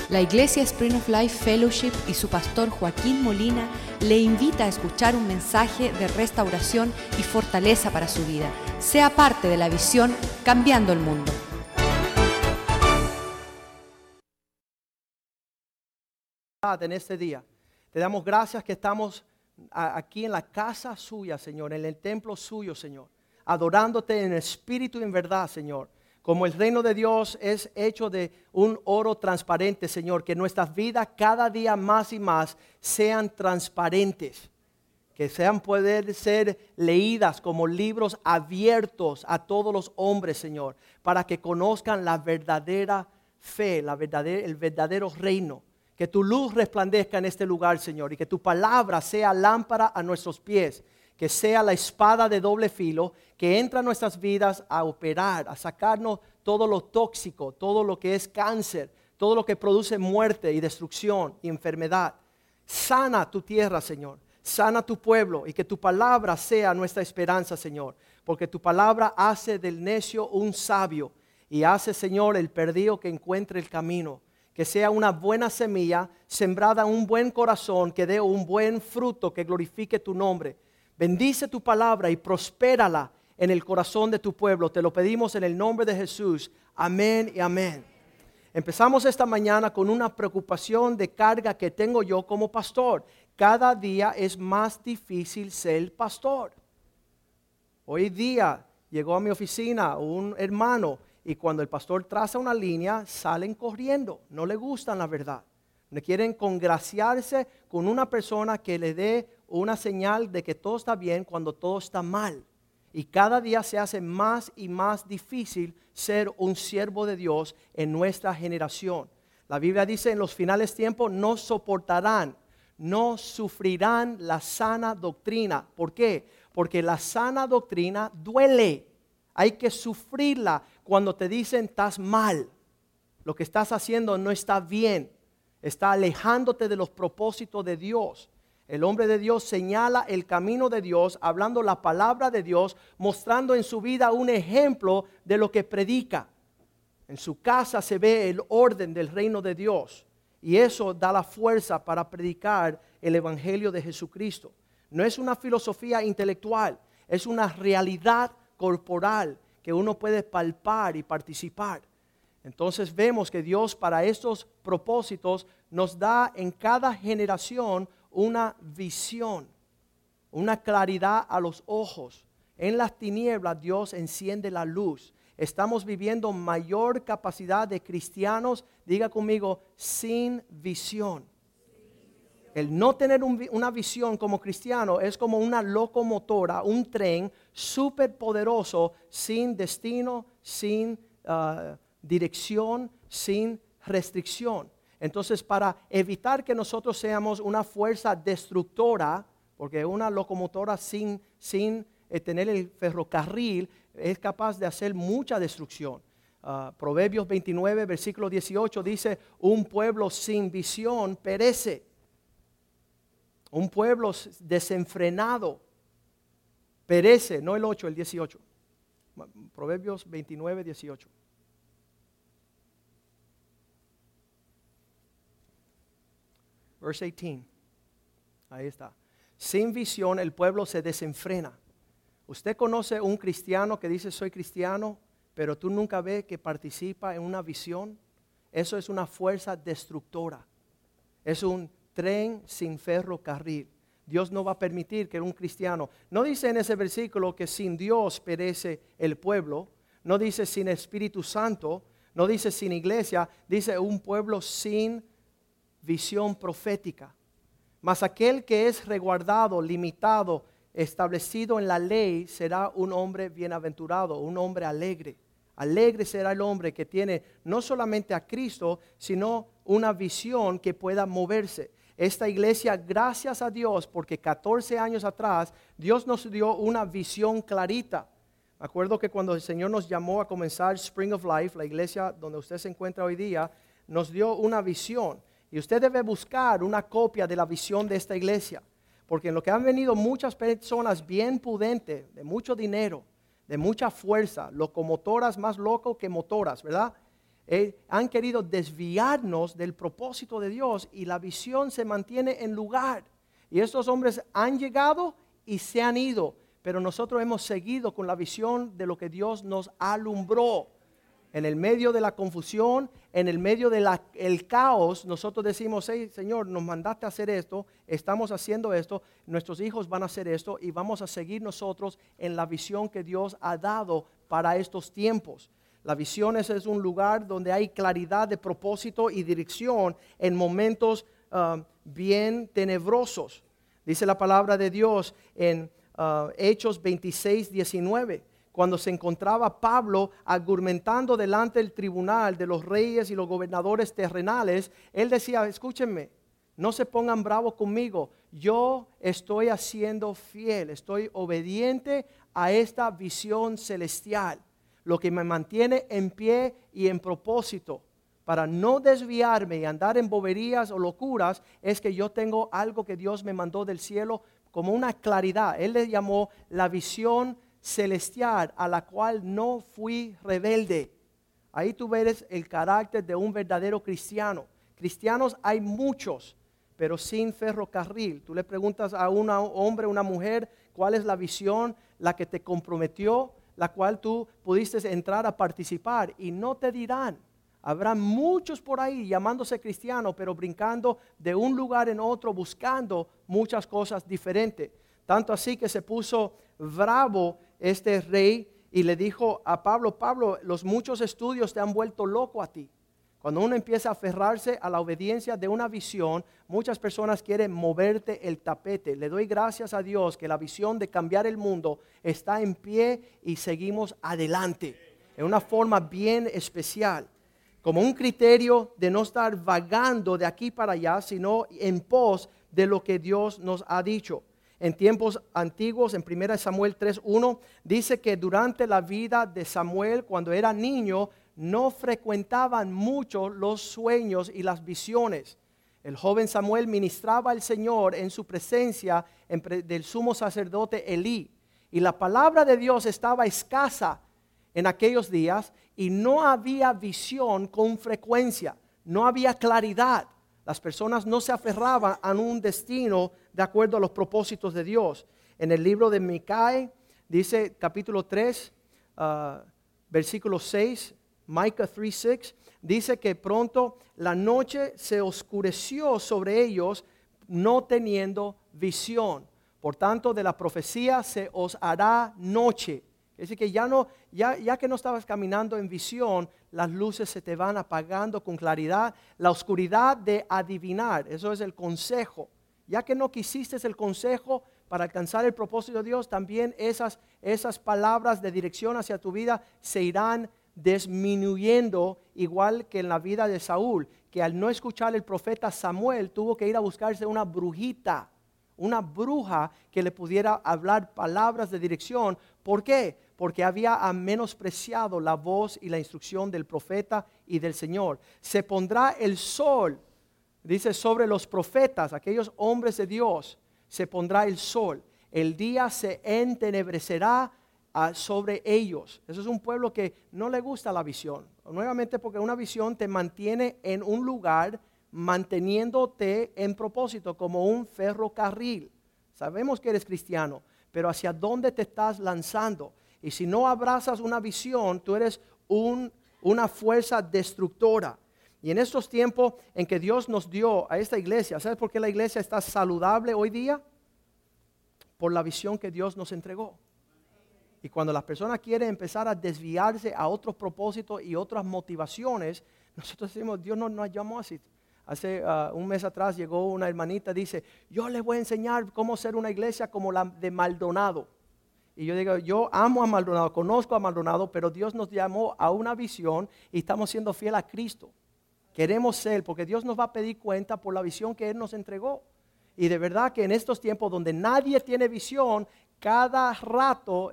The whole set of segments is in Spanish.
La Iglesia Spring of Life Fellowship y su pastor Joaquín Molina le invita a escuchar un mensaje de restauración y fortaleza para su vida. Sea parte de la visión Cambiando el Mundo. En este día, te damos gracias que estamos aquí en la casa suya, Señor, en el templo suyo, Señor, adorándote en espíritu y en verdad, Señor. Como el reino de Dios es hecho de un oro transparente, Señor, que nuestras vidas cada día más y más sean transparentes, que sean poder ser leídas como libros abiertos a todos los hombres, Señor, para que conozcan la verdadera fe, el verdadero reino. Que tu luz resplandezca en este lugar, Señor, y que tu palabra sea lámpara a nuestros pies, que sea la espada de doble filo que entra a nuestras vidas a operar, a sacarnos todo lo tóxico, todo lo que es cáncer, todo lo que produce muerte y destrucción y enfermedad. Sana tu tierra, Señor, sana tu pueblo y que tu palabra sea nuestra esperanza, Señor, porque tu palabra hace del necio un sabio y hace, Señor, el perdido que encuentre el camino. Que sea una buena semilla sembrada en un buen corazón, que dé un buen fruto que glorifique tu nombre. Bendice tu palabra y prospérala en el corazón de tu pueblo. Te lo pedimos en el nombre de Jesús. Amén y amén. Empezamos esta mañana con una preocupación de carga que tengo yo como pastor. Cada día es más difícil ser pastor. Hoy día llegó a mi oficina un hermano y cuando el pastor traza una línea, salen corriendo. No le gustan la verdad. No quieren congraciarse con una persona que le dé una señal de que todo está bien cuando todo está mal. Y cada día se hace más y más difícil ser un siervo de Dios en nuestra generación. La Biblia dice en los finales tiempos no soportarán, no sufrirán la sana doctrina. ¿Por qué? Porque la sana doctrina duele. Hay que sufrirla cuando te dicen estás mal. Lo que estás haciendo no está bien. Está alejándote de los propósitos de Dios. El hombre de Dios señala el camino de Dios, hablando la palabra de Dios, mostrando en su vida un ejemplo de lo que predica. En su casa se ve el orden del reino de Dios. Y eso da la fuerza para predicar el evangelio de Jesucristo. No es una filosofía intelectual, es una realidad corporal que uno puede palpar y participar. Entonces vemos que Dios para estos propósitos nos da en cada generación una visión, una claridad a los ojos. En las tinieblas Dios enciende la luz. Estamos viviendo mayor capacidad de cristianos, diga conmigo, sin visión. El no tener una visión como cristiano es como una locomotora, un tren súper poderoso, sin destino, sin dirección, sin restricción. Entonces, para evitar que nosotros seamos una fuerza destructora, porque una locomotora sin tener el ferrocarril es capaz de hacer mucha destrucción. Proverbios 29, versículo 18 dice, un pueblo sin visión perece. Un pueblo desenfrenado perece, no el 8, el 18. Proverbios 29, 18. Verse 18. Ahí está. Sin visión el pueblo se desenfrena. ¿Usted conoce un cristiano que dice soy cristiano, pero tú nunca ves que participa en una visión? Eso es una fuerza destructora. Es un tren sin ferrocarril. Dios no va a permitir que un cristiano, no dice en ese versículo que sin Dios perece el pueblo, no dice sin Espíritu Santo, no dice sin iglesia, dice un pueblo sin visión profética. Mas aquel que es resguardado, limitado, establecido en la ley, será un hombre bienaventurado, un hombre alegre. Alegre será el hombre que tiene no solamente a Cristo, sino una visión que pueda moverse. Esta iglesia, gracias a Dios, porque 14 años atrás, Dios nos dio una visión clarita. Me acuerdo que cuando el Señor nos llamó a comenzar Spring of Life, la iglesia donde usted se encuentra hoy día, nos dio una visión. Y usted debe buscar una copia de la visión de esta iglesia. Porque en lo que han venido muchas personas bien pudentes, de mucho dinero, de mucha fuerza, locomotoras más locos que motoras, ¿verdad? han querido desviarnos del propósito de Dios y la visión se mantiene en lugar. Y estos hombres han llegado y se han ido, pero nosotros hemos seguido con la visión de lo que Dios nos alumbró. En el medio de la confusión, en el medio del caos, nosotros decimos, hey, Señor, nos mandaste a hacer esto, estamos haciendo esto, nuestros hijos van a hacer esto y vamos a seguir nosotros en la visión que Dios ha dado para estos tiempos. La visión es un lugar donde hay claridad de propósito y dirección en momentos bien tenebrosos. Dice la palabra de Dios en Hechos 26, 19. Cuando se encontraba Pablo argumentando delante del tribunal de los reyes y los gobernadores terrenales, él decía, escúchenme, no se pongan bravos conmigo, yo estoy haciendo fiel, estoy obediente a esta visión celestial. Lo que me mantiene en pie y en propósito para no desviarme y andar en boberías o locuras es que yo tengo algo que Dios me mandó del cielo como una claridad. Él le llamó la visión celestial a la cual no fui rebelde. Ahí tú ves el carácter de un verdadero cristiano. Cristianos hay muchos, pero sin ferrocarril. Tú le preguntas a un hombre, una mujer, cuál es la visión, la que te comprometió, la cual tú pudiste entrar a participar y no te dirán. Habrá muchos por ahí llamándose cristianos, pero brincando de un lugar en otro, buscando muchas cosas diferentes. Tanto así que se puso bravo este rey y le dijo a Pablo, Pablo, los muchos estudios te han vuelto loco a ti. Cuando uno empieza a aferrarse a la obediencia de una visión, muchas personas quieren moverte el tapete. Le doy gracias a Dios que la visión de cambiar el mundo está en pie y seguimos adelante en una forma bien especial. Como un criterio de no estar vagando de aquí para allá, sino en pos de lo que Dios nos ha dicho. En tiempos antiguos, en 1 Samuel 3:1, dice que durante la vida de Samuel, cuando era niño, no frecuentaban mucho los sueños y las visiones. El joven Samuel ministraba al Señor en su presencia del sumo sacerdote Elí. Y la palabra de Dios estaba escasa en aquellos días y no había visión con frecuencia, no había claridad. Las personas no se aferraban a un destino de acuerdo a los propósitos de Dios. En el libro de Micaías, dice capítulo 3, versículo 6, Micah 3:6, dice que pronto la noche se oscureció sobre ellos, no teniendo visión. Por tanto, de la profecía se os hará noche. Es decir, que ya que no estabas caminando en visión, las luces se te van apagando con claridad. La oscuridad de adivinar, eso es el consejo. Ya que no quisiste el consejo para alcanzar el propósito de Dios, también esas palabras de dirección hacia tu vida se irán disminuyendo, igual que en la vida de Saúl, que al no escuchar el profeta Samuel tuvo que ir a buscarse una brujita, una bruja que le pudiera hablar palabras de dirección. ¿Por qué? Porque había menospreciado la voz y la instrucción del profeta y del Señor. Se pondrá el sol, dice, sobre los profetas, aquellos hombres de Dios, se pondrá el sol. El día se entenebrecerá sobre ellos. Eso es un pueblo que no le gusta la visión. Nuevamente porque una visión te mantiene en un lugar, manteniéndote en propósito como un ferrocarril. Sabemos que eres cristiano, pero ¿hacia dónde te estás lanzando? Y si no abrazas una visión, tú eres una fuerza destructora. Y en estos tiempos en que Dios nos dio a esta iglesia, ¿sabes por qué la iglesia está saludable hoy día? Por la visión que Dios nos entregó. Y cuando las personas quieren empezar a desviarse a otros propósitos y otras motivaciones, nosotros decimos, Dios no nos llamó así. Hace un mes atrás llegó una hermanita, dice, yo les voy a enseñar cómo ser una iglesia como la de Maldonado. Y yo digo, yo amo a Maldonado, conozco a Maldonado, pero Dios nos llamó a una visión y estamos siendo fieles a Cristo. Queremos ser, porque Dios nos va a pedir cuenta por la visión que Él nos entregó. Y de verdad que en estos tiempos donde nadie tiene visión, cada rato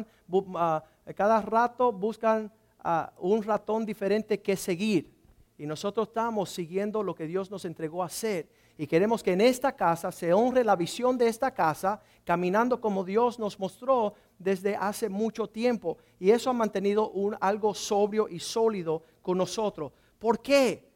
buscan un ratón diferente que seguir. Y nosotros estamos siguiendo lo que Dios nos entregó a hacer. Y queremos que en esta casa se honre la visión de esta casa, caminando como Dios nos mostró desde hace mucho tiempo. Y eso ha mantenido algo sobrio y sólido con nosotros. ¿Por qué?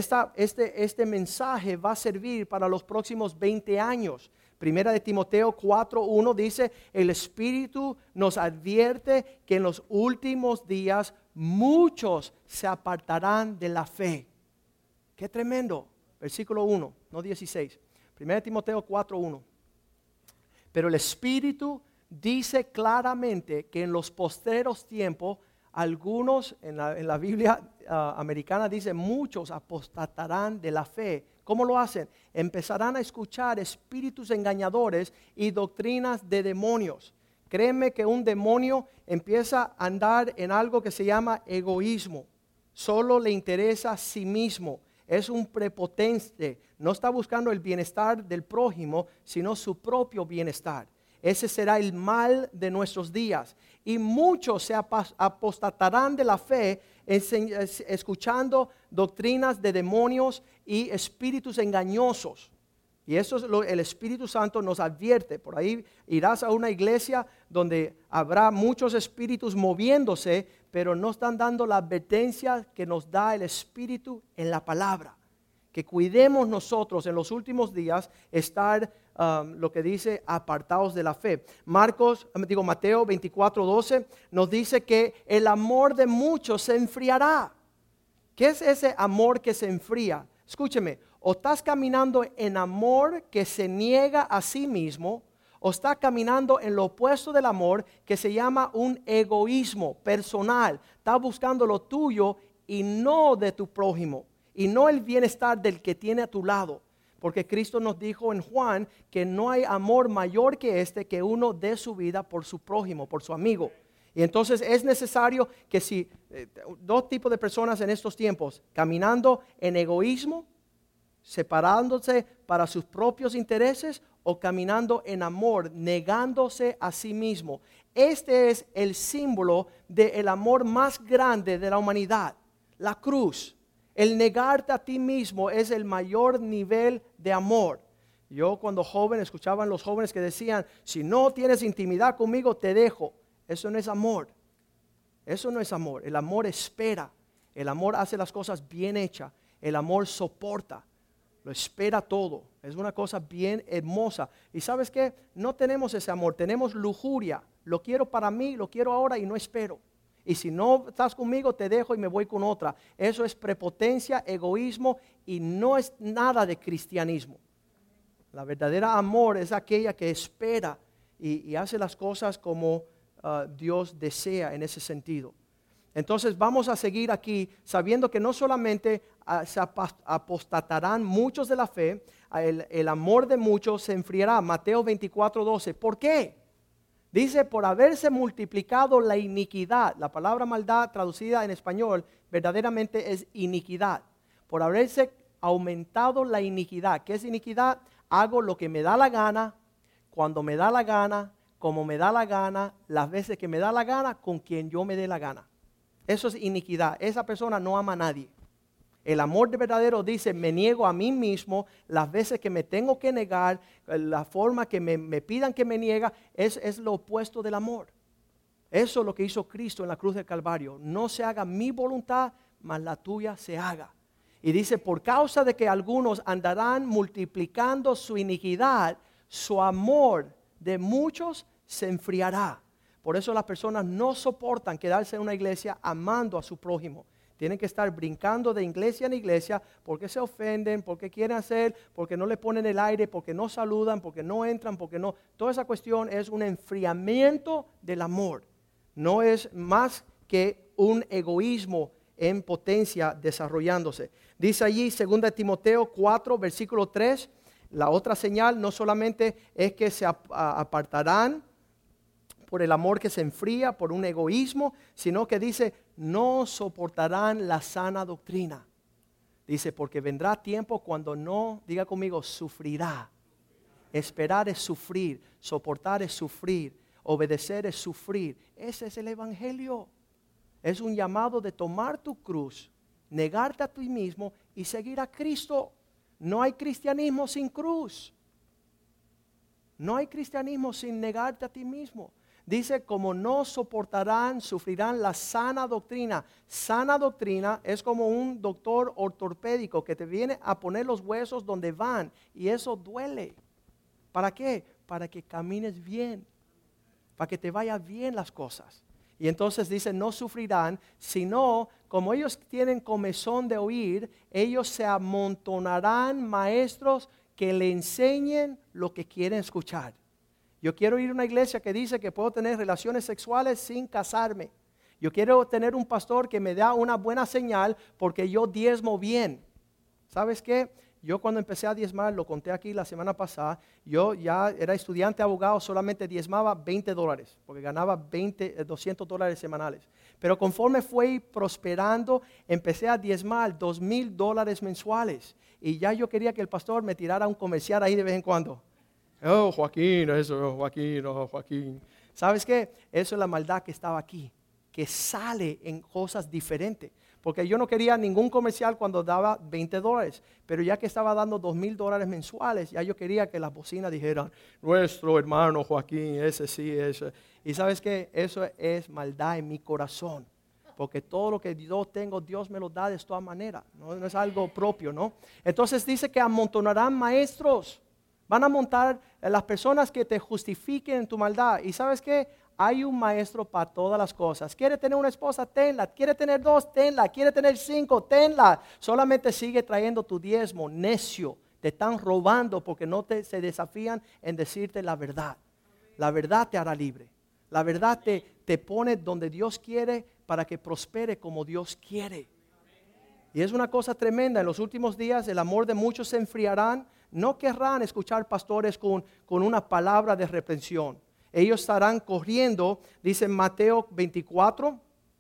Este mensaje va a servir para los próximos 20 años. Primera de Timoteo 4:1 dice, el Espíritu nos advierte que en los últimos días muchos se apartarán de la fe. ¡Qué tremendo! Versículo 1, no 16. Primera de Timoteo 4:1. Pero el Espíritu dice claramente que en los postreros tiempos, algunos, en la Biblia americana dice, muchos apostatarán de la fe. ¿Cómo lo hacen? Empezarán a escuchar espíritus engañadores y doctrinas de demonios. Créeme que un demonio empieza a andar en algo que se llama egoísmo. Solo le interesa a sí mismo. Es un prepotente. No está buscando el bienestar del prójimo, sino su propio bienestar. Ese será el mal de nuestros días. Y muchos se apostatarán de la fe escuchando doctrinas de demonios y espíritus engañosos. Y eso es el Espíritu Santo nos advierte. Por ahí irás a una iglesia donde habrá muchos espíritus moviéndose, pero no están dando la advertencia que nos da el Espíritu en la palabra. Que cuidemos nosotros en los últimos días estar, lo que dice, apartados de la fe. Mateo 24:12 nos dice que el amor de muchos se enfriará. ¿Qué es ese amor que se enfría? Escúcheme, o estás caminando en amor que se niega a sí mismo, o estás caminando en lo opuesto del amor que se llama un egoísmo personal. Estás buscando lo tuyo y no de tu prójimo. Y no el bienestar del que tiene a tu lado. Porque Cristo nos dijo en Juan que no hay amor mayor que este, que uno dé su vida por su prójimo, por su amigo. Y entonces es necesario que si dos tipos de personas en estos tiempos, caminando en egoísmo, separándose para sus propios intereses, o caminando en amor, negándose a sí mismo. Este es el símbolo del amor más grande de la humanidad, la cruz. El negarte a ti mismo es el mayor nivel de amor. Yo cuando joven escuchaban los jóvenes que decían, si no tienes intimidad conmigo te dejo. Eso no es amor. Eso no es amor. El amor espera. El amor hace las cosas bien hechas. El amor soporta. Lo espera todo. Es una cosa bien hermosa. ¿Y sabes qué? No tenemos ese amor. Tenemos lujuria. Lo quiero para mí, lo quiero ahora y no espero. Y si no estás conmigo, te dejo y me voy con otra. Eso es prepotencia, egoísmo y no es nada de cristianismo. La verdadera amor es aquella que espera y hace las cosas como Dios desea en ese sentido. Entonces vamos a seguir aquí sabiendo que no solamente se apostatarán muchos de la fe, el amor de muchos se enfriará. Mateo 24:12. ¿Por qué? Dice, por haberse multiplicado la iniquidad. La palabra maldad traducida en español verdaderamente es iniquidad. Por haberse aumentado la iniquidad. ¿Qué es iniquidad? Hago lo que me da la gana, cuando me da la gana, como me da la gana, las veces que me da la gana, con quien yo me dé la gana. Eso es iniquidad. Esa persona no ama a nadie. El amor de verdadero dice, me niego a mí mismo las veces que me tengo que negar, la forma que me pidan que me niega, es lo opuesto del amor. Eso es lo que hizo Cristo en la cruz del Calvario. No se haga mi voluntad, mas la tuya se haga. Y dice, por causa de que algunos andarán multiplicando su iniquidad, su amor de muchos se enfriará. Por eso las personas no soportan quedarse en una iglesia amando a su prójimo. Tienen que estar brincando de iglesia en iglesia porque se ofenden, porque quieren hacer, porque no le ponen el aire, porque no saludan, porque no entran, porque no. Toda esa cuestión es un enfriamiento del amor. No es más que un egoísmo en potencia desarrollándose. Dice allí 2 Timoteo 4, versículo 3, la otra señal no solamente es que se apartarán por el amor que se enfría, por un egoísmo, sino que dice, no soportarán la sana doctrina. Dice, porque vendrá tiempo cuando no, diga conmigo, sufrirá. Esperar es sufrir, soportar es sufrir, obedecer es sufrir. Ese es el evangelio. Es un llamado de tomar tu cruz, negarte a ti mismo y seguir a Cristo. No hay cristianismo sin cruz. No hay cristianismo sin negarte a ti mismo. Dice, como no soportarán, sufrirán la sana doctrina. Sana doctrina es como un doctor ortopédico que te viene a poner los huesos donde van y eso duele. ¿Para qué? Para que camines bien, para que te vayan bien las cosas. Y entonces dice, no sufrirán, sino como ellos tienen comezón de oír, ellos se amontonarán maestros que le enseñen lo que quieren escuchar. Yo quiero ir a una iglesia que dice que puedo tener relaciones sexuales sin casarme. Yo quiero tener un pastor que me da una buena señal porque yo diezmo bien. ¿Sabes qué? Yo cuando empecé a diezmar, lo conté aquí la semana pasada, yo ya era estudiante abogado, solamente diezmaba $20, porque ganaba $200 semanales. Pero conforme fui prosperando, empecé a diezmar $2,000 mensuales. Y ya yo quería que el pastor me tirara un comercial ahí de vez en cuando. Oh, Joaquín, eso, Joaquín, oh, Joaquín. ¿Sabes qué? Eso es la maldad que estaba aquí, que sale en cosas diferentes. Porque yo no quería ningún comercial cuando daba $20, pero ya que estaba dando $2,000 mensuales, ya yo quería que las bocinas dijeran, nuestro hermano Joaquín, ese sí, ese. Y ¿sabes qué? Eso es maldad en mi corazón. Porque todo lo que yo tengo, Dios me lo da de todas maneras. No es algo propio, ¿no? Entonces dice que amontonarán maestros. Van a montar las personas que te justifiquen en tu maldad. ¿Y sabes qué? Hay un maestro para todas las cosas. ¿Quiere tener una esposa? Tenla. ¿Quiere tener 2? Tenla. ¿Quiere tener 5? Tenla. Solamente sigue trayendo tu diezmo, necio. Te están robando porque no se desafían en decirte la verdad. La verdad te hará libre. La verdad te pone donde Dios quiere para que prospere como Dios quiere. Y es una cosa tremenda. En los últimos días el amor de muchos se enfriarán. No querrán escuchar pastores con una palabra de reprensión. Ellos estarán corriendo, dice Mateo 24.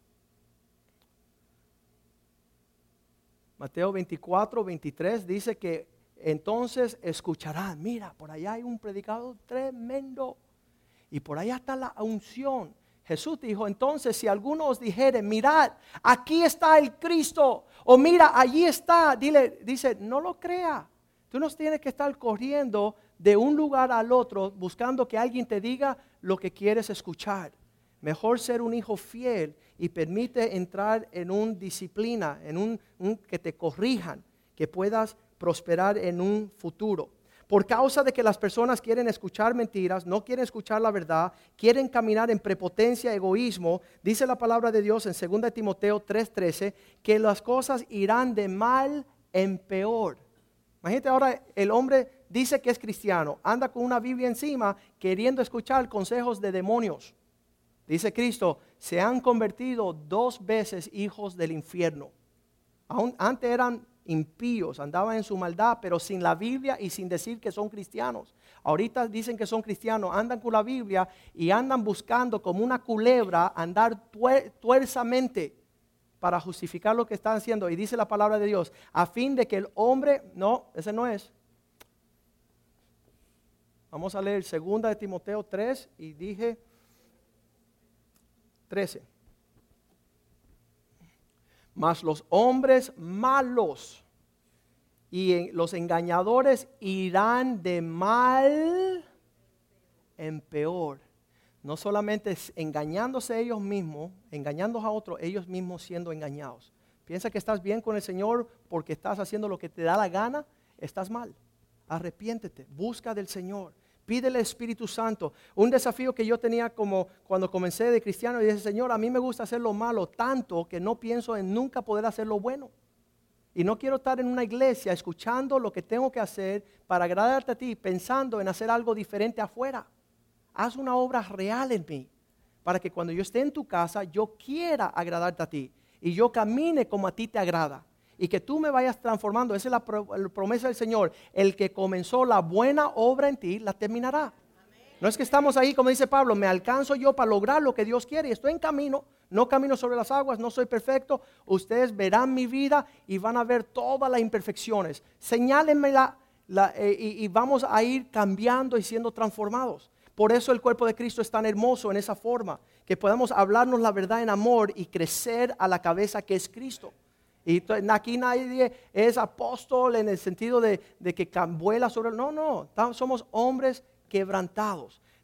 Mateo 24, 23 dice que entonces escucharán. Mira, por allá hay un predicador tremendo. Y por allá está la unción. Jesús dijo, entonces si alguno os dijere, mirad, aquí está el Cristo. O mira, allí está. Dice, no lo crea. Tú no tienes que estar corriendo de un lugar al otro buscando que alguien te diga lo que quieres escuchar. Mejor ser un hijo fiel y permite entrar en una disciplina, en un que te corrijan, que puedas prosperar en un futuro. Por causa de que las personas quieren escuchar mentiras, no quieren escuchar la verdad, quieren caminar en prepotencia, egoísmo, dice la palabra de Dios en 2 Timoteo 3:13, que las cosas irán de mal en peor. Imagínate ahora, el hombre dice que es cristiano, anda con una Biblia encima queriendo escuchar consejos de demonios. Dice Cristo, se han convertido 2 veces hijos del infierno. Antes eran impíos, andaban en su maldad, pero sin la Biblia y sin decir que son cristianos. Ahorita dicen que son cristianos, andan con la Biblia y andan buscando como una culebra andar tuerzamente para justificar lo que están haciendo. Y dice la palabra de Dios, a fin de que el hombre, no, ese no es. Vamos a leer 2 Timoteo 3 y dije 13. Mas los hombres malos y los engañadores irán de mal en peor. No solamente engañándose ellos mismos, engañando a otros, ellos mismos siendo engañados. Piensa que estás bien con el Señor porque estás haciendo lo que te da la gana, estás mal. Arrepiéntete, busca del Señor. Pídele Espíritu Santo. Un desafío que yo tenía como cuando comencé de cristiano, y dije, Señor, a mí me gusta hacer lo malo tanto que no pienso en nunca poder hacer lo bueno. Y no quiero estar en una iglesia escuchando lo que tengo que hacer para agradarte a ti, pensando en hacer algo diferente afuera. Haz una obra real en mí, para que cuando yo esté en tu casa, yo quiera agradarte a ti. Y yo camine como a ti te agrada. Y que tú me vayas transformando. Esa es la promesa del Señor. El que comenzó la buena obra en ti, la terminará. Amén. No es que estamos ahí, como dice Pablo, me alcanzo yo para lograr lo que Dios quiere. Y estoy en camino, no camino sobre las aguas, no soy perfecto. Ustedes verán mi vida y van a ver todas las imperfecciones. Señálenmela y vamos a ir cambiando y siendo transformados. Por eso el cuerpo de Cristo es tan hermoso en esa forma. Que podamos hablarnos la verdad en amor y crecer a la cabeza que es Cristo. Y aquí nadie es apóstol en el sentido de que vuela sobre... No, somos hombres quebrantados.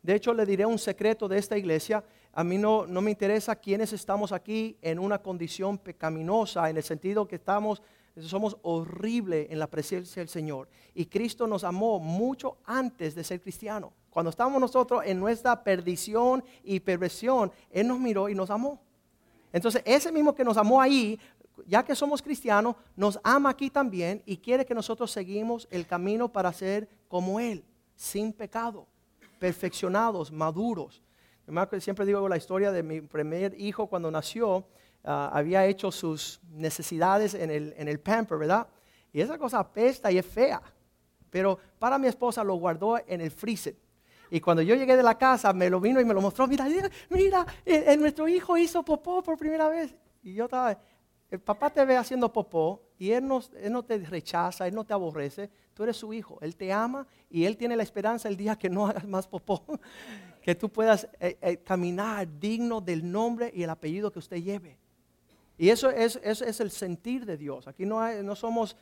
De hecho, le diré un secreto de esta iglesia. A mí no me interesa quiénes estamos aquí en una condición pecaminosa, en el sentido que somos horribles en la presencia del Señor. Y Cristo nos amó mucho antes de ser cristiano. Cuando estábamos nosotros en nuestra perdición y perversión, Él nos miró y nos amó. Entonces, ese mismo que nos amó ahí, ya que somos cristianos, nos ama aquí también y quiere que nosotros seguimos el camino para ser como Él, sin pecado, perfeccionados, maduros. Siempre digo la historia de mi primer hijo cuando nació. Había hecho sus necesidades en el pamper, ¿verdad? Y esa cosa apesta y es fea. Pero para mi esposa lo guardó en el freezer. Y cuando yo llegué de la casa, me lo vino y me lo mostró. Mira, nuestro hijo hizo popó por primera vez. Y yo estaba, el papá te ve haciendo popó y él no te rechaza, Él no te aborrece. Tú eres su hijo, Él te ama y Él tiene la esperanza el día que no hagas más popó. Que tú puedas caminar digno del nombre y el apellido que usted lleve. Y eso es el sentir de Dios. Aquí no somos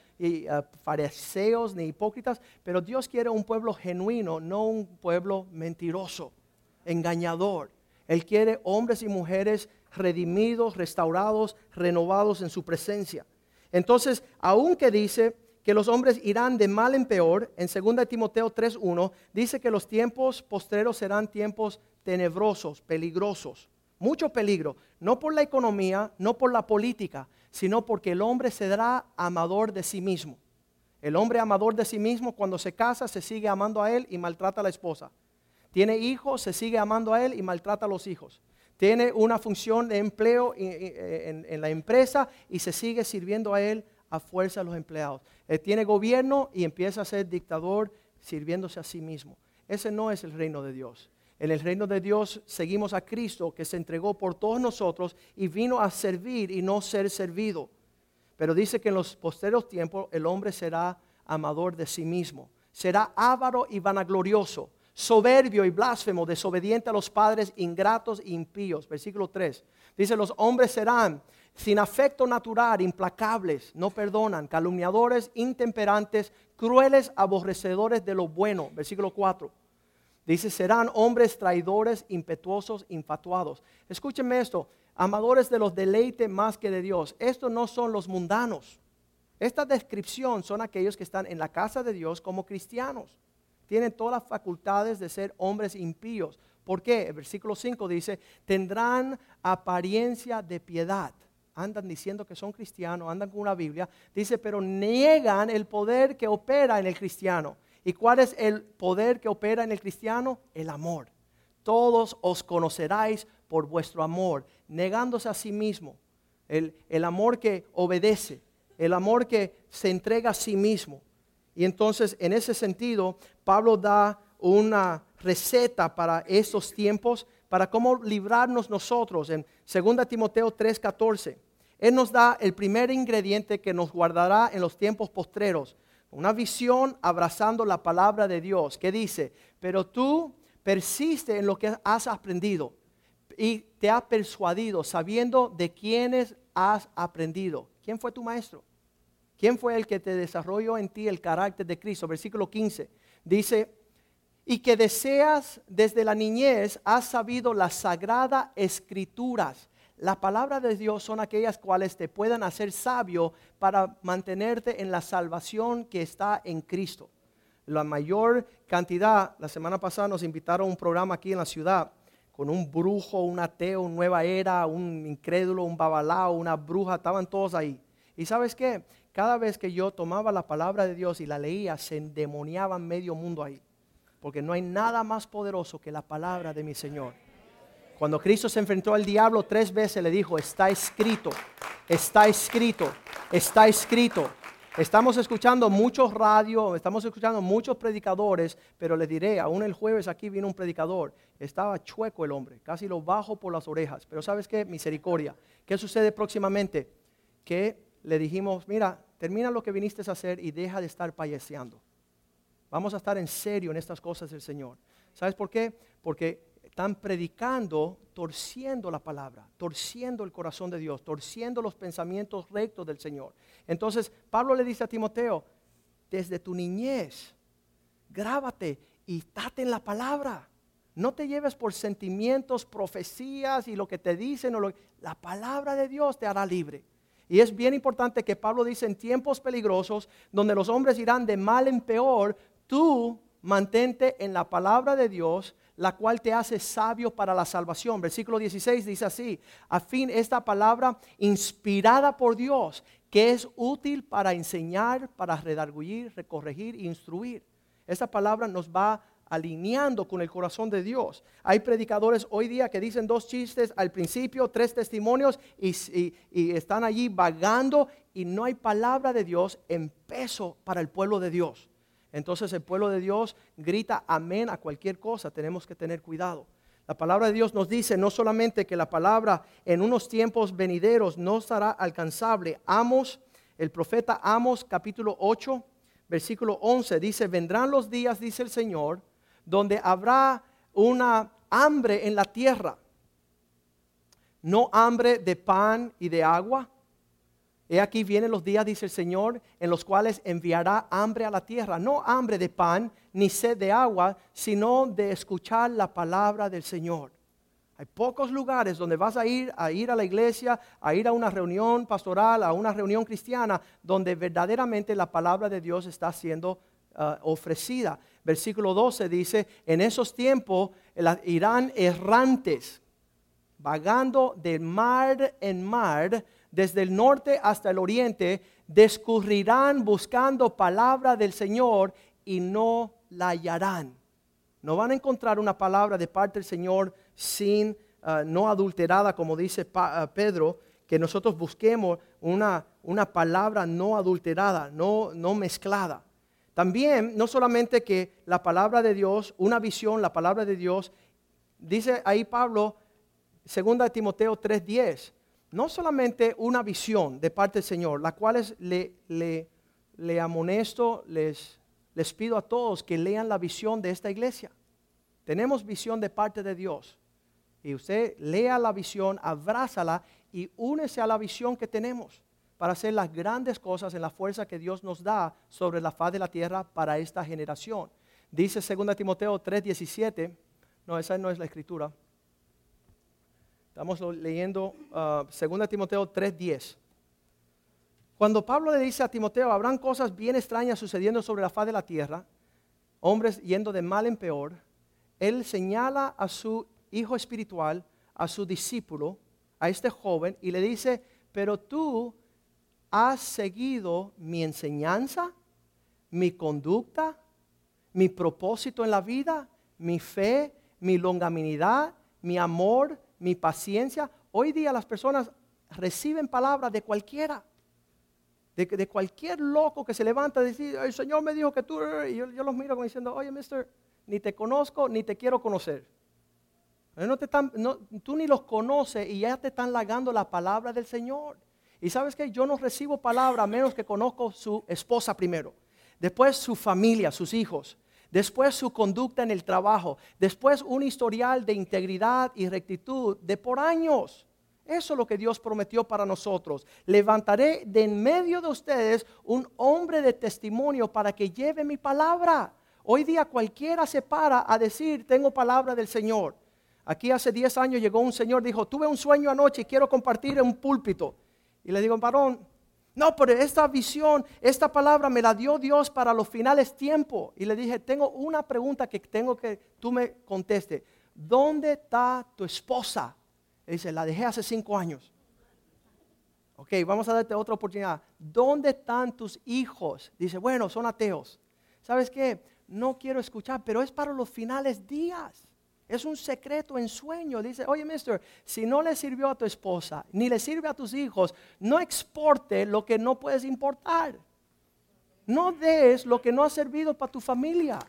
fariseos ni hipócritas, pero Dios quiere un pueblo genuino, no un pueblo mentiroso, engañador. Él quiere hombres y mujeres redimidos, restaurados, renovados en su presencia. Entonces, aunque dice que los hombres irán de mal en peor, en 2 Timoteo 3:1, dice que los tiempos postreros serán tiempos tenebrosos, peligrosos. Mucho peligro, no por la economía, no por la política, sino porque el hombre será amador de sí mismo. El hombre amador de sí mismo, cuando se casa, se sigue amando a él y maltrata a la esposa. Tiene hijos, se sigue amando a él y maltrata a los hijos. Tiene una función de empleo en la empresa y se sigue sirviendo a él a fuerza de los empleados. Tiene gobierno y empieza a ser dictador sirviéndose a sí mismo. Ese no es el reino de Dios. En el reino de Dios seguimos a Cristo que se entregó por todos nosotros y vino a servir y no ser servido. Pero dice que en los posteriores tiempos el hombre será amador de sí mismo. Será avaro y vanaglorioso, soberbio y blasfemo, desobediente a los padres, ingratos e impíos. Versículo 3. Dice, los hombres serán sin afecto natural, implacables, no perdonan, calumniadores, intemperantes, crueles, aborrecedores de lo bueno. Versículo 4. Dice, serán hombres traidores, impetuosos, infatuados. Escúchenme esto, amadores de los deleites más que de Dios. Estos no son los mundanos. Esta descripción son aquellos que están en la casa de Dios como cristianos. Tienen todas las facultades de ser hombres impíos. ¿Por qué? El versículo 5 dice, tendrán apariencia de piedad. Andan diciendo que son cristianos, andan con una Biblia. Dice, pero niegan el poder que opera en el cristiano. ¿Y cuál es el poder que opera en el cristiano? El amor. Todos os conoceráis por vuestro amor, negándose a sí mismo. El amor que obedece, el amor que se entrega a sí mismo. Y entonces, en ese sentido, Pablo da una receta para estos tiempos, para cómo librarnos nosotros. En 2 Timoteo 3:14, Él nos da el primer ingrediente que nos guardará en los tiempos postreros. Una visión abrazando la palabra de Dios que dice, pero tú persiste en lo que has aprendido y te has persuadido sabiendo de quiénes has aprendido. ¿Quién fue tu maestro? ¿Quién fue el que te desarrolló en ti el carácter de Cristo? Versículo 15 dice, y que deseas desde la niñez, has sabido las sagradas escrituras. La palabra de Dios son aquellas cuales te puedan hacer sabio para mantenerte en la salvación que está en Cristo. La mayor cantidad, la semana pasada nos invitaron a un programa aquí en la ciudad con un brujo, un ateo, una nueva era, un incrédulo, un babalao, una bruja, estaban todos ahí. ¿Y sabes qué? Cada vez que yo tomaba la palabra de Dios y la leía, se endemoniaban medio mundo ahí. Porque no hay nada más poderoso que la palabra de mi Señor. Cuando Cristo se enfrentó al diablo 3 veces le dijo, está escrito, está escrito, está escrito. Estamos escuchando muchos radios, estamos escuchando muchos predicadores, pero les diré, aún el jueves aquí vino un predicador, estaba chueco el hombre, casi lo bajo por las orejas. Pero ¿sabes qué? Misericordia. ¿Qué sucede próximamente? Que le dijimos, mira, termina lo que viniste a hacer y deja de estar payaseando. Vamos a estar en serio en estas cosas del Señor. ¿Sabes por qué? Porque están predicando, torciendo la palabra, torciendo el corazón de Dios, torciendo los pensamientos rectos del Señor. Entonces, Pablo le dice a Timoteo, desde tu niñez, grábate y date en la palabra. No te lleves por sentimientos, profecías y lo que te dicen. La palabra de Dios te hará libre. Y es bien importante que Pablo dice, en tiempos peligrosos, donde los hombres irán de mal en peor, tú mantente en la palabra de Dios, la cual te hace sabio para la salvación. Versículo 16 dice así: a fin esta palabra inspirada por Dios, que es útil para enseñar, para redarguir, recorregir e instruir. Esta palabra nos va alineando con el corazón de Dios. Hay predicadores hoy día que dicen 2 chistes al principio, 3 testimonios y están allí vagando y no hay palabra de Dios en peso para el pueblo de Dios. Entonces el pueblo de Dios grita amén a cualquier cosa. Tenemos que tener cuidado. La palabra de Dios nos dice no solamente que la palabra en unos tiempos venideros no estará alcanzable. Amos, el profeta Amos, capítulo 8, versículo 11, dice: vendrán los días, dice el Señor, donde habrá una hambre en la tierra. No hambre de pan y de agua. He aquí vienen los días, dice el Señor, en los cuales enviará hambre a la tierra. No hambre de pan ni sed de agua, sino de escuchar la palabra del Señor. Hay pocos lugares donde vas a ir a la iglesia, a ir a una reunión pastoral, a una reunión cristiana, donde verdaderamente la palabra de Dios está siendo ofrecida. Versículo 12 dice: en esos tiempos irán errantes, vagando de mar en mar, desde el norte hasta el oriente, discurrirán buscando palabra del Señor y no la hallarán. No van a encontrar una palabra de parte del Señor sin, no adulterada, como dice Pedro, que nosotros busquemos una palabra no adulterada, no mezclada. También, no solamente que la palabra de Dios, una visión, la palabra de Dios, dice ahí Pablo, 2 Timoteo 3:10, no solamente una visión de parte del Señor, la cual le amonesto, les pido a todos que lean la visión de esta iglesia. Tenemos visión de parte de Dios. Y usted lea la visión, abrázala y únese a la visión que tenemos para hacer las grandes cosas en la fuerza que Dios nos da sobre la faz de la tierra para esta generación. Dice 2 Timoteo 3:17, no, esa no es la escritura. Estamos leyendo 2 Timoteo 3:10. Cuando Pablo le dice a Timoteo, habrán cosas bien extrañas sucediendo sobre la faz de la tierra, hombres yendo de mal en peor, él señala a su hijo espiritual, a su discípulo, a este joven, y le dice: pero tú has seguido mi enseñanza, mi conducta, mi propósito en la vida, mi fe, mi longanimidad, mi amor, mi paciencia. Hoy día las personas reciben palabras de cualquiera, de cualquier loco que se levanta a decir: el Señor me dijo que tú, y yo los miro como diciendo: oye, mister, ni te conozco ni te quiero conocer. Tú ni los conoces y ya te están halagando la palabra del Señor. Y sabes que yo no recibo palabra a menos que conozco su esposa primero, después su familia, sus hijos, después su conducta en el trabajo, después un historial de integridad y rectitud de por años. Eso es lo que Dios prometió para nosotros. Levantaré de en medio de ustedes un hombre de testimonio para que lleve mi palabra. Hoy día cualquiera se para a decir: tengo palabra del Señor. Aquí hace 10 años llegó un señor, dijo: tuve un sueño anoche y quiero compartir en un púlpito. Y le digo: varón, no, pero esta visión, esta palabra me la dio Dios para los finales tiempos. Y le dije: tengo una pregunta que tengo que tú me contestes. ¿Dónde está tu esposa? Él dice: la dejé hace 5 años. Ok, vamos a darte otra oportunidad. ¿Dónde están tus hijos? Dice: bueno, son ateos. ¿Sabes qué? No quiero escuchar, pero es para los finales días. Es un secreto en sueño. Dice: oye, mister, si no le sirvió a tu esposa, ni le sirve a tus hijos, no exporte lo que no puedes importar. No des lo que no ha servido para tu familia.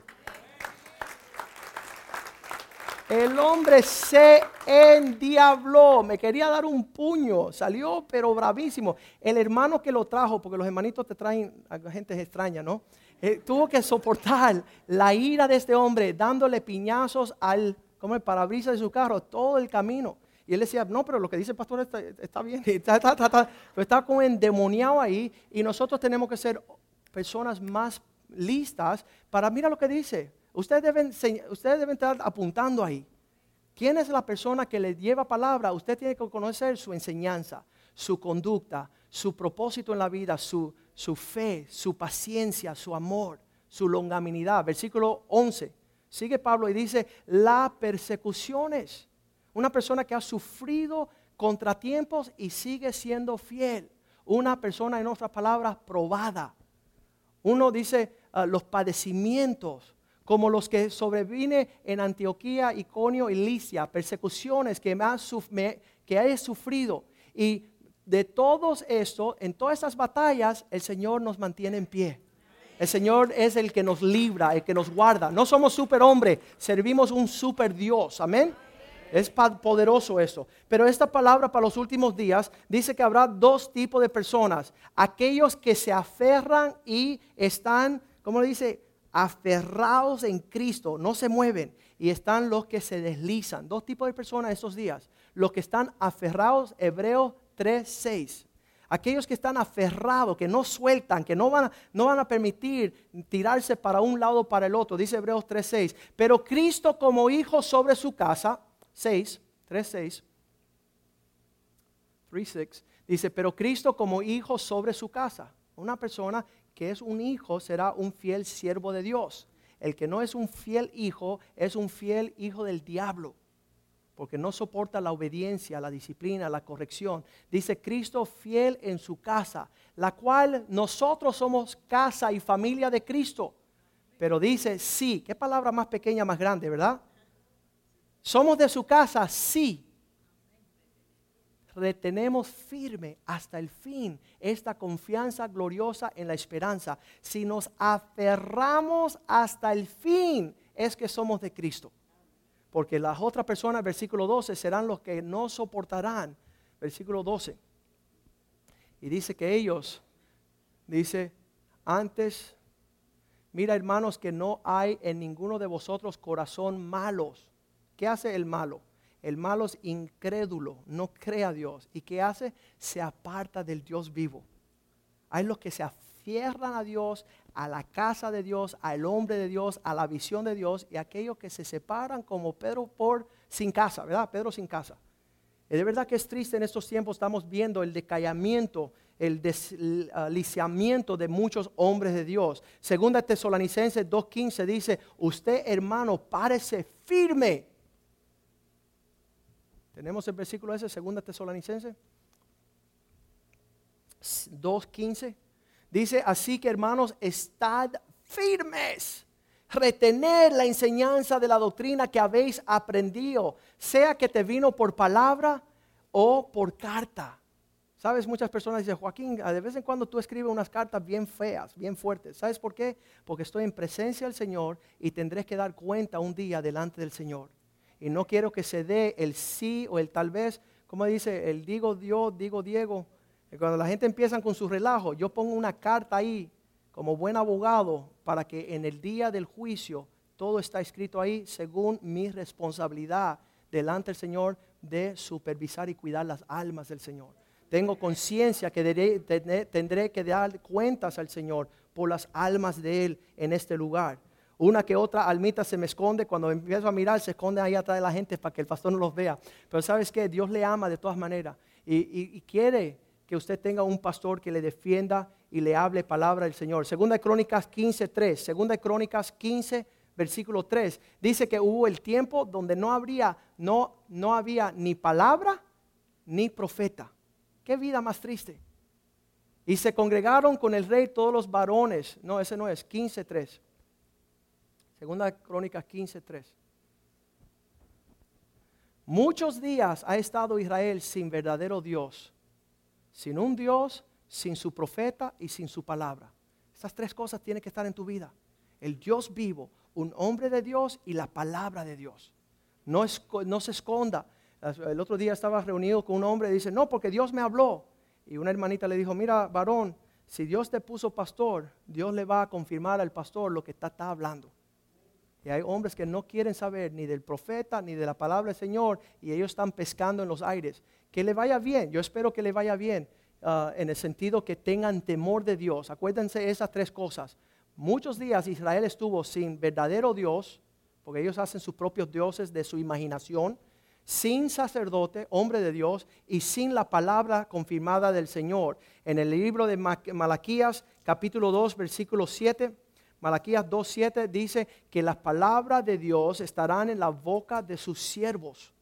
El hombre se endiabló, me quería dar un puño, salió pero bravísimo. El hermano que lo trajo, porque los hermanitos te traen a gente extraña, ¿no? Tuvo que soportar la ira de este hombre, dándole piñazos como el parabrisas de su carro todo el camino. Y él decía: no, pero lo que dice el pastor está bien. Pero está como endemoniado ahí. Y nosotros tenemos que ser personas más listas para, mira lo que dice. ustedes deben estar apuntando ahí. ¿Quién es la persona que le lleva palabra? Usted tiene que conocer su enseñanza, su conducta, su propósito en la vida, su fe, su paciencia, su amor, su longanimidad. Versículo 11. Sigue Pablo y dice, las persecuciones. Una persona que ha sufrido contratiempos y sigue siendo fiel. Una persona, en otras palabras, probada. Uno dice los padecimientos, como los que sobrevine en Antioquía, Iconio y Licia, persecuciones que he sufrido. Y de todos esto, en todas estas batallas, el Señor nos mantiene en pie. El Señor es el que nos libra, el que nos guarda. No somos superhombres, servimos un super Dios. Amén. Es poderoso eso. Pero esta palabra para los últimos días dice que habrá dos tipos de personas. Aquellos que se aferran y están, ¿cómo le dice? Aferrados en Cristo, no se mueven. Y están los que se deslizan. Dos tipos de personas estos días. Los que están aferrados, Hebreos 3:6. Aquellos que están aferrados, que no sueltan, que no van a permitir tirarse para un lado o para el otro. Dice Hebreos 3:6. Pero Cristo como hijo sobre su casa, 3:6, dice, pero Cristo como hijo sobre su casa. Una persona que es un hijo será un fiel siervo de Dios. El que no es un fiel hijo es un fiel hijo del diablo, porque no soporta la obediencia, la disciplina, la corrección. Dice Cristo fiel en su casa, la cual nosotros somos casa y familia de Cristo. Pero dice sí, qué palabra más pequeña, más grande, ¿verdad? Somos de su casa, sí. Retenemos firme hasta el fin esta confianza gloriosa en la esperanza. Si nos aferramos hasta el fin, es que somos de Cristo. Porque las otras personas, versículo 12, serán los que no soportarán. Versículo 12. Y dice que ellos, dice, antes, mira hermanos, que no hay en ninguno de vosotros corazón malos. ¿Qué hace el malo? El malo es incrédulo, no cree a Dios. ¿Y qué hace? Se aparta del Dios vivo. Hay los que se afierran a Dios, a la casa de Dios, al hombre de Dios, a la visión de Dios, y aquellos que se separan como Pedro sin casa, ¿verdad? Pedro sin casa. Y de verdad que es triste en estos tiempos, estamos viendo el decayamiento, el desliciamiento de muchos hombres de Dios. Segunda Tesalonicenses 2:15 dice, usted hermano, párese firme. Tenemos el versículo ese, segunda Tesalonicenses 2:15. Dice, así que hermanos, estad firmes, retener la enseñanza de la doctrina que habéis aprendido, sea que te vino por palabra o por carta. Sabes, muchas personas dicen, Joaquín, de vez en cuando tú escribes unas cartas bien feas, bien fuertes. ¿Sabes por qué? Porque estoy en presencia del Señor y tendré que dar cuenta un día delante del Señor. Y no quiero que se dé el sí o el tal vez, como dice, el digo Dios, digo Diego. Y cuando la gente empieza con su relajo, yo pongo una carta ahí como buen abogado para que en el día del juicio todo está escrito ahí según mi responsabilidad delante del Señor de supervisar y cuidar las almas del Señor. Tengo conciencia que tendré que dar cuentas al Señor por las almas de Él en este lugar. Una que otra almita se me esconde, cuando empiezo a mirar se esconde ahí atrás de la gente para que el pastor no los vea. Pero ¿sabes qué? Dios le ama de todas maneras y quiere que usted tenga un pastor que le defienda y le hable palabra del Señor. Segunda de Crónicas 15:3, Segunda de Crónicas 15, versículo 3, dice que hubo el tiempo donde no había ni palabra ni profeta. Qué vida más triste. Y se congregaron con el rey todos los varones. No, ese no es, 15:3. Segunda de Crónicas 15:3. Muchos días ha estado Israel sin verdadero Dios. Sin un Dios, sin su profeta y sin su palabra. Estas tres cosas tienen que estar en tu vida. El Dios vivo, un hombre de Dios y la palabra de Dios. No se esconda. El otro día estaba reunido con un hombre y dice, no, porque Dios me habló. Y una hermanita le dijo, mira, varón, si Dios te puso pastor, Dios le va a confirmar al pastor lo que está hablando. Y hay hombres que no quieren saber ni del profeta ni de la palabra del Señor y ellos están pescando en los aires. Que le vaya bien, yo espero que le vaya bien en el sentido que tengan temor de Dios. Acuérdense esas tres cosas. Muchos días Israel estuvo sin verdadero Dios, porque ellos hacen sus propios dioses de su imaginación, sin sacerdote, hombre de Dios, y sin la palabra confirmada del Señor. En el libro de Malaquías, capítulo 2, versículo 7, Malaquías 2:7 dice que las palabras de Dios estarán en la boca de sus siervos.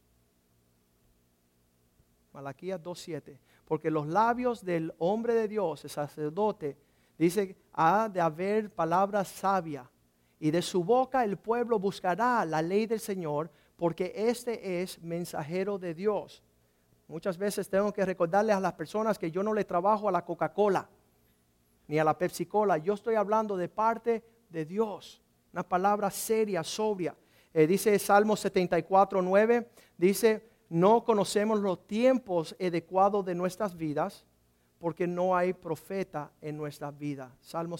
Malaquías 2:7. Porque los labios del hombre de Dios, el sacerdote, dice, ha de haber palabra sabia. Y de su boca el pueblo buscará la ley del Señor, porque este es mensajero de Dios. Muchas veces tengo que recordarles a las personas que yo no le trabajo a la Coca-Cola ni a la Pepsi-Cola. Yo estoy hablando de parte de Dios. Una palabra seria, sobria. Dice Salmo 74:9, dice, no conocemos los tiempos adecuados de nuestras vidas, porque no hay profeta en nuestras vidas. Salmo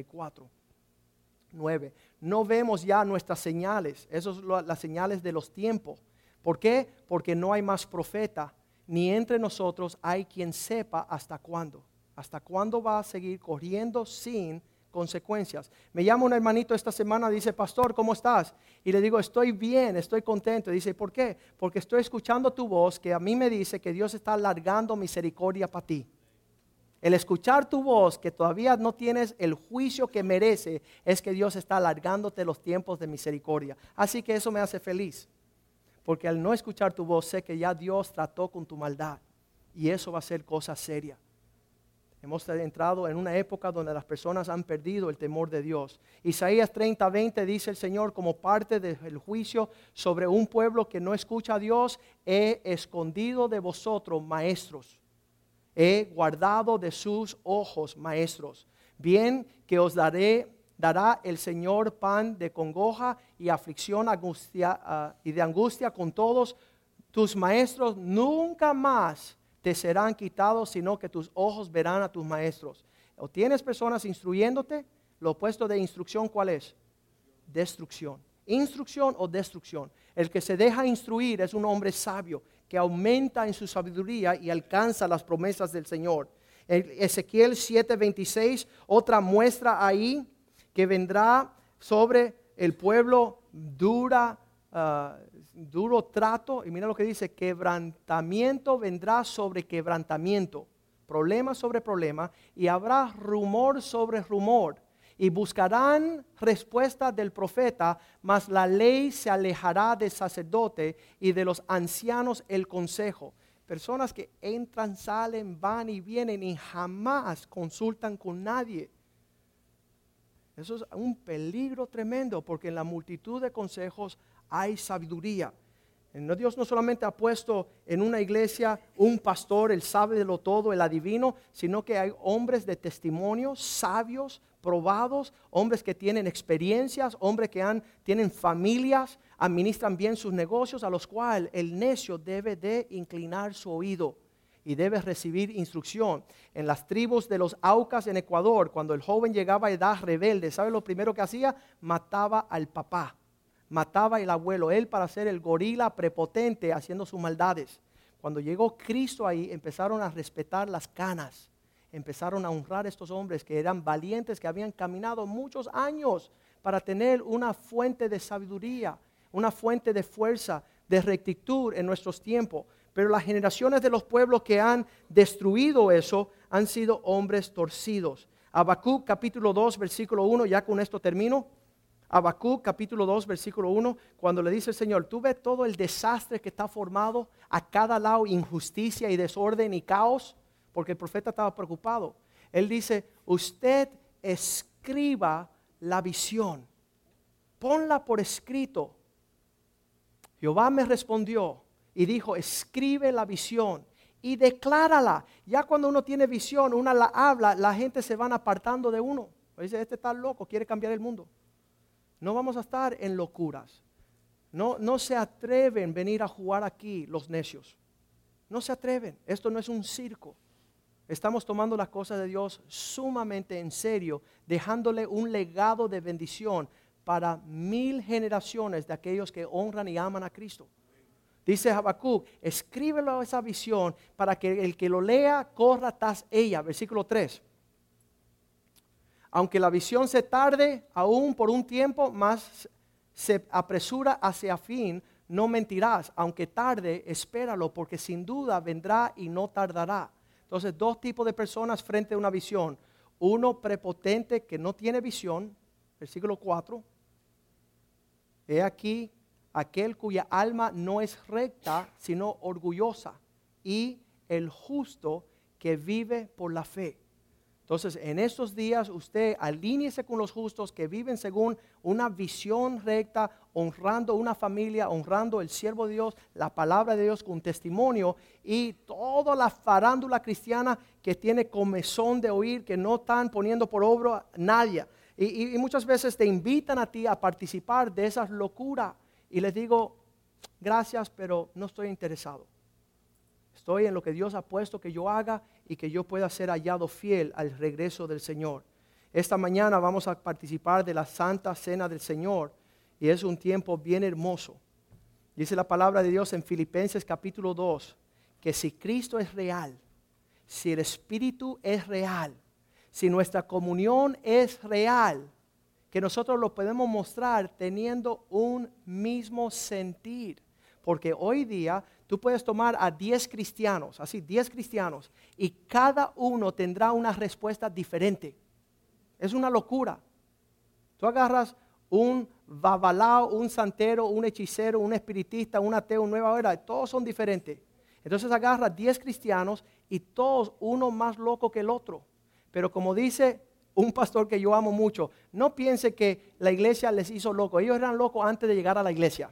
74:9. No vemos ya nuestras señales. Esas son las señales de los tiempos. ¿Por qué? Porque no hay más profeta, ni entre nosotros hay quien sepa hasta cuándo. ¿Hasta cuándo va a seguir corriendo sin consecuencias? Me llama un hermanito esta semana, dice, pastor, ¿cómo estás? Y le digo, estoy bien, estoy contento. Dice, ¿por qué? Porque estoy escuchando tu voz que a mí me dice que Dios está alargando misericordia para ti. El escuchar tu voz, que todavía no tienes el juicio que merece, es que Dios está alargándote los tiempos de misericordia. Así que eso me hace feliz, porque al no escuchar tu voz, sé que ya Dios trató con tu maldad, y eso va a ser cosa seria. Hemos entrado en una época donde las personas han perdido el temor de Dios. Isaías 30:20 dice el Señor, como parte del juicio sobre un pueblo que no escucha a Dios, he escondido de vosotros maestros. He guardado de sus ojos maestros. Bien que os dará el Señor pan de congoja y aflicción y de angustia con todos tus maestros. Nunca más te serán quitados, sino que tus ojos verán a tus maestros. O tienes personas instruyéndote, lo opuesto de instrucción, ¿cuál es? Destrucción. Instrucción o destrucción. El que se deja instruir es un hombre sabio, que aumenta en su sabiduría y alcanza las promesas del Señor. Ezequiel 7:26, otra muestra ahí que vendrá sobre el pueblo duro trato, y mira lo que dice, quebrantamiento vendrá sobre quebrantamiento, problema sobre problema, y habrá rumor sobre rumor, y buscarán respuesta del profeta, mas la ley se alejará del sacerdote y de los ancianos el consejo. Personas que entran, salen, van y vienen y jamás consultan con nadie. Eso es un peligro tremendo, porque en la multitud de consejos hay sabiduría. Dios no solamente ha puesto en una iglesia un pastor, el sabe de lo todo, el adivino, sino que hay hombres de testimonio, sabios, probados, hombres que tienen experiencias, hombres que tienen familias, administran bien sus negocios, a los cuales el necio debe de inclinar su oído y debe recibir instrucción. En las tribus de los Aucas en Ecuador, cuando el joven llegaba a edad rebelde, ¿sabe lo primero que hacía? Mataba al papá. Mataba al abuelo, él para ser el gorila prepotente haciendo sus maldades. Cuando llegó Cristo ahí, empezaron a respetar las canas, empezaron a honrar a estos hombres que eran valientes, que habían caminado muchos años para tener una fuente de sabiduría, una fuente de fuerza, de rectitud en nuestros tiempos. Pero las generaciones de los pueblos que han destruido eso han sido hombres torcidos. Habacuc capítulo 2 versículo 1, ya con esto termino. Habacuc capítulo 2 versículo 1, cuando le dice el Señor, tú ves todo el desastre que está formado a cada lado, injusticia y desorden y caos, porque el profeta estaba preocupado. Él dice, usted escriba la visión, ponla por escrito. Jehová me respondió y dijo, escribe la visión y declárala. Ya cuando uno tiene visión, uno la habla, la gente se van apartando de uno. Dice, este está loco, quiere cambiar el mundo. No vamos a estar en locuras. No se atreven a venir a jugar aquí los necios. No se atreven. Esto no es un circo. Estamos tomando las cosas de Dios sumamente en serio, dejándole un legado de bendición para 1000 generaciones de aquellos que honran y aman a Cristo. Dice Habacuc, escríbelo esa visión para que el que lo lea corra tras ella. Versículo 3. Aunque la visión se tarde aún por un tiempo, más se apresura hacia fin, no mentirás. Aunque tarde, espéralo, porque sin duda vendrá y no tardará. Entonces, dos tipos de personas frente a una visión. Uno prepotente que no tiene visión, versículo 4. He aquí aquel cuya alma no es recta, sino orgullosa, y el justo que vive por la fe. Entonces, en estos días usted alíñese con los justos que viven según una visión recta, honrando una familia, honrando el siervo de Dios, la palabra de Dios con testimonio, y toda la farándula cristiana que tiene comezón de oír, que no están poniendo por obra nadie. Y muchas veces te invitan a ti a participar de esas locuras. Y les digo, gracias, pero no estoy interesado. Estoy en lo que Dios ha puesto que yo haga y que yo pueda ser hallado fiel al regreso del Señor. Esta mañana vamos a participar de la Santa Cena del Señor y es un tiempo bien hermoso. Dice la palabra de Dios en Filipenses capítulo 2, que si Cristo es real, si el Espíritu es real, si nuestra comunión es real, que nosotros lo podemos mostrar teniendo un mismo sentir. Porque hoy día tú puedes tomar a 10 cristianos, así 10 cristianos, y cada uno tendrá una respuesta diferente. Es una locura. Tú agarras un babalao, un santero, un hechicero, un espiritista, un ateo, un nueva era, todos son diferentes. Entonces agarras 10 cristianos y todos uno más loco que el otro. Pero como dice un pastor que yo amo mucho, no piense que la iglesia les hizo locos. Ellos eran locos antes de llegar a la iglesia.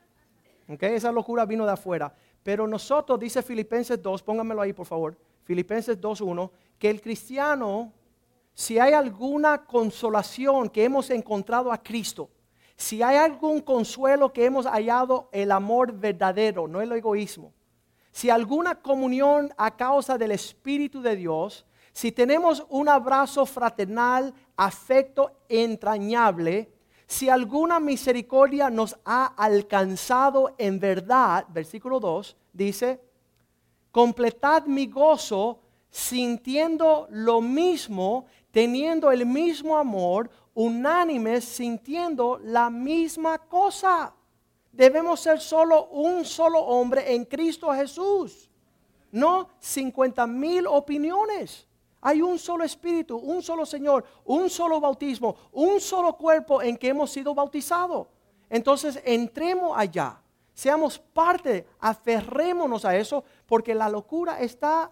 Okay, esa locura vino de afuera. Pero nosotros, dice Filipenses 2, pónganmelo ahí por favor, Filipenses 2:1, que el cristiano, si hay alguna consolación que hemos encontrado a Cristo, si hay algún consuelo que hemos hallado el amor verdadero, no el egoísmo, si alguna comunión a causa del Espíritu de Dios, si tenemos un abrazo fraternal, afecto entrañable, si alguna misericordia nos ha alcanzado en verdad, versículo 2, dice, completad mi gozo sintiendo lo mismo, teniendo el mismo amor, unánimes, sintiendo la misma cosa. Debemos ser un solo hombre en Cristo Jesús, no 50,000 opiniones. Hay un solo Espíritu, un solo Señor, un solo bautismo, un solo cuerpo en que hemos sido bautizados. Entonces entremos allá, seamos parte, aferrémonos a eso, porque la locura está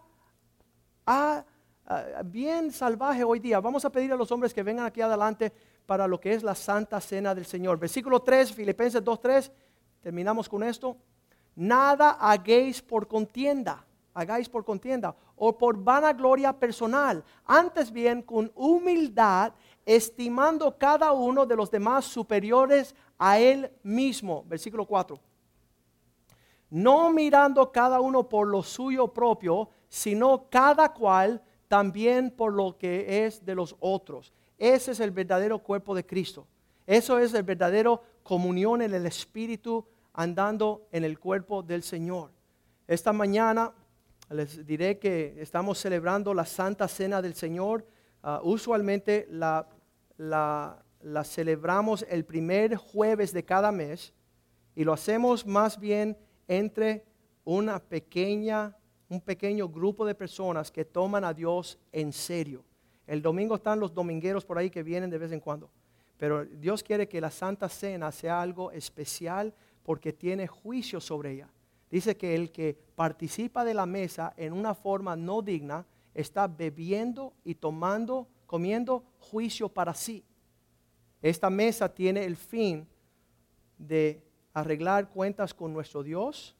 bien salvaje hoy día. Vamos a pedir a los hombres que vengan aquí adelante para lo que es la Santa Cena del Señor. Versículo 3, Filipenses 2:3, terminamos con esto. Nada hagáis por contienda o por vanagloria personal, antes bien con humildad, estimando cada uno de los demás superiores a él mismo. Versículo 4. No mirando cada uno por lo suyo propio, sino cada cual también por lo que es de los otros. Ese es el verdadero cuerpo de Cristo. Eso es el verdadero comunión en el Espíritu, andando en el cuerpo del Señor. Esta mañana les diré que estamos celebrando la Santa Cena del Señor. Usualmente la celebramos el primer jueves de cada mes y lo hacemos más bien entre un pequeño grupo de personas que toman a Dios en serio. El domingo están los domingueros por ahí que vienen de vez en cuando, pero Dios quiere que la Santa Cena sea algo especial porque tiene juicio sobre ella. Dice que el que participa de la mesa en una forma no digna está bebiendo y comiendo juicio para sí. Esta mesa tiene el fin de arreglar cuentas con nuestro Dios,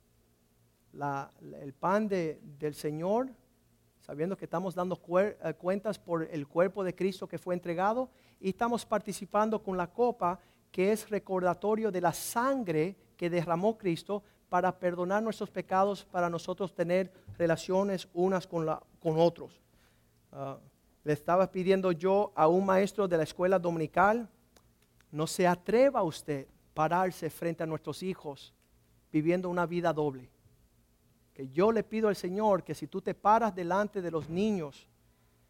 el pan del Señor, sabiendo que estamos dando cuentas por el cuerpo de Cristo que fue entregado, y estamos participando con la copa que es recordatorio de la sangre que derramó Cristo para perdonar nuestros pecados, para nosotros tener relaciones unas con otros. Le estaba pidiendo yo a un maestro de la escuela dominical, no se atreva usted a pararse frente a nuestros hijos viviendo una vida doble. Que yo le pido al Señor que si tú te paras delante de los niños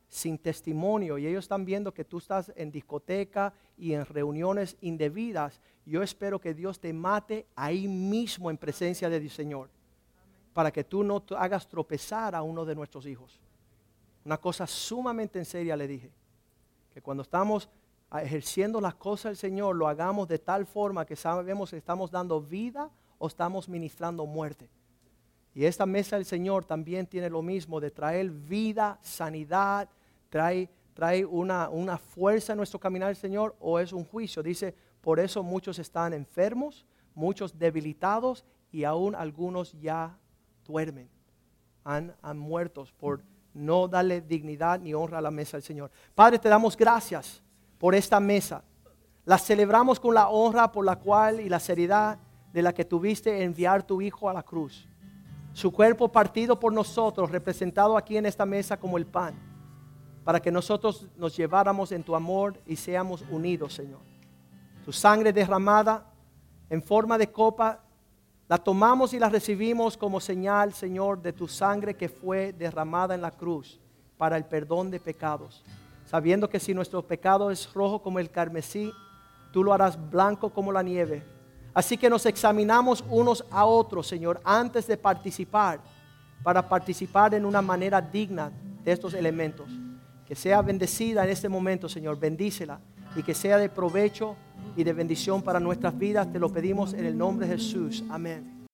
sin testimonio y ellos están viendo que tú estás en discoteca y en reuniones indebidas, yo espero que Dios te mate ahí mismo en presencia de Dios, Señor, para que tú no hagas tropezar a uno de nuestros hijos. Una cosa sumamente en seria le dije, que cuando estamos ejerciendo las cosas del Señor, lo hagamos de tal forma que sabemos que estamos dando vida o estamos ministrando muerte. Y esta mesa del Señor también tiene lo mismo, de traer vida, sanidad, trae una fuerza en nuestro caminar del Señor, o es un juicio. Dice, por eso muchos están enfermos, muchos debilitados y aún algunos ya duermen, han muerto por no darle dignidad ni honra a la mesa del Señor. Padre, te damos gracias por esta mesa. La celebramos con la honra por la cual y la seriedad de la que tuviste enviar tu Hijo a la cruz. Su cuerpo partido por nosotros, representado aquí en esta mesa como el pan, para que nosotros nos lleváramos en tu amor y seamos unidos, Señor. Tu sangre derramada en forma de copa, la tomamos y la recibimos como señal, Señor, de tu sangre que fue derramada en la cruz para el perdón de pecados. Sabiendo que si nuestro pecado es rojo como el carmesí, tú lo harás blanco como la nieve. Así que nos examinamos unos a otros, Señor, antes de participar, para participar en una manera digna de estos elementos. Que sea bendecida en este momento, Señor, bendícela, y que sea de provecho y de bendición para nuestras vidas. Te lo pedimos en el nombre de Jesús. Amén.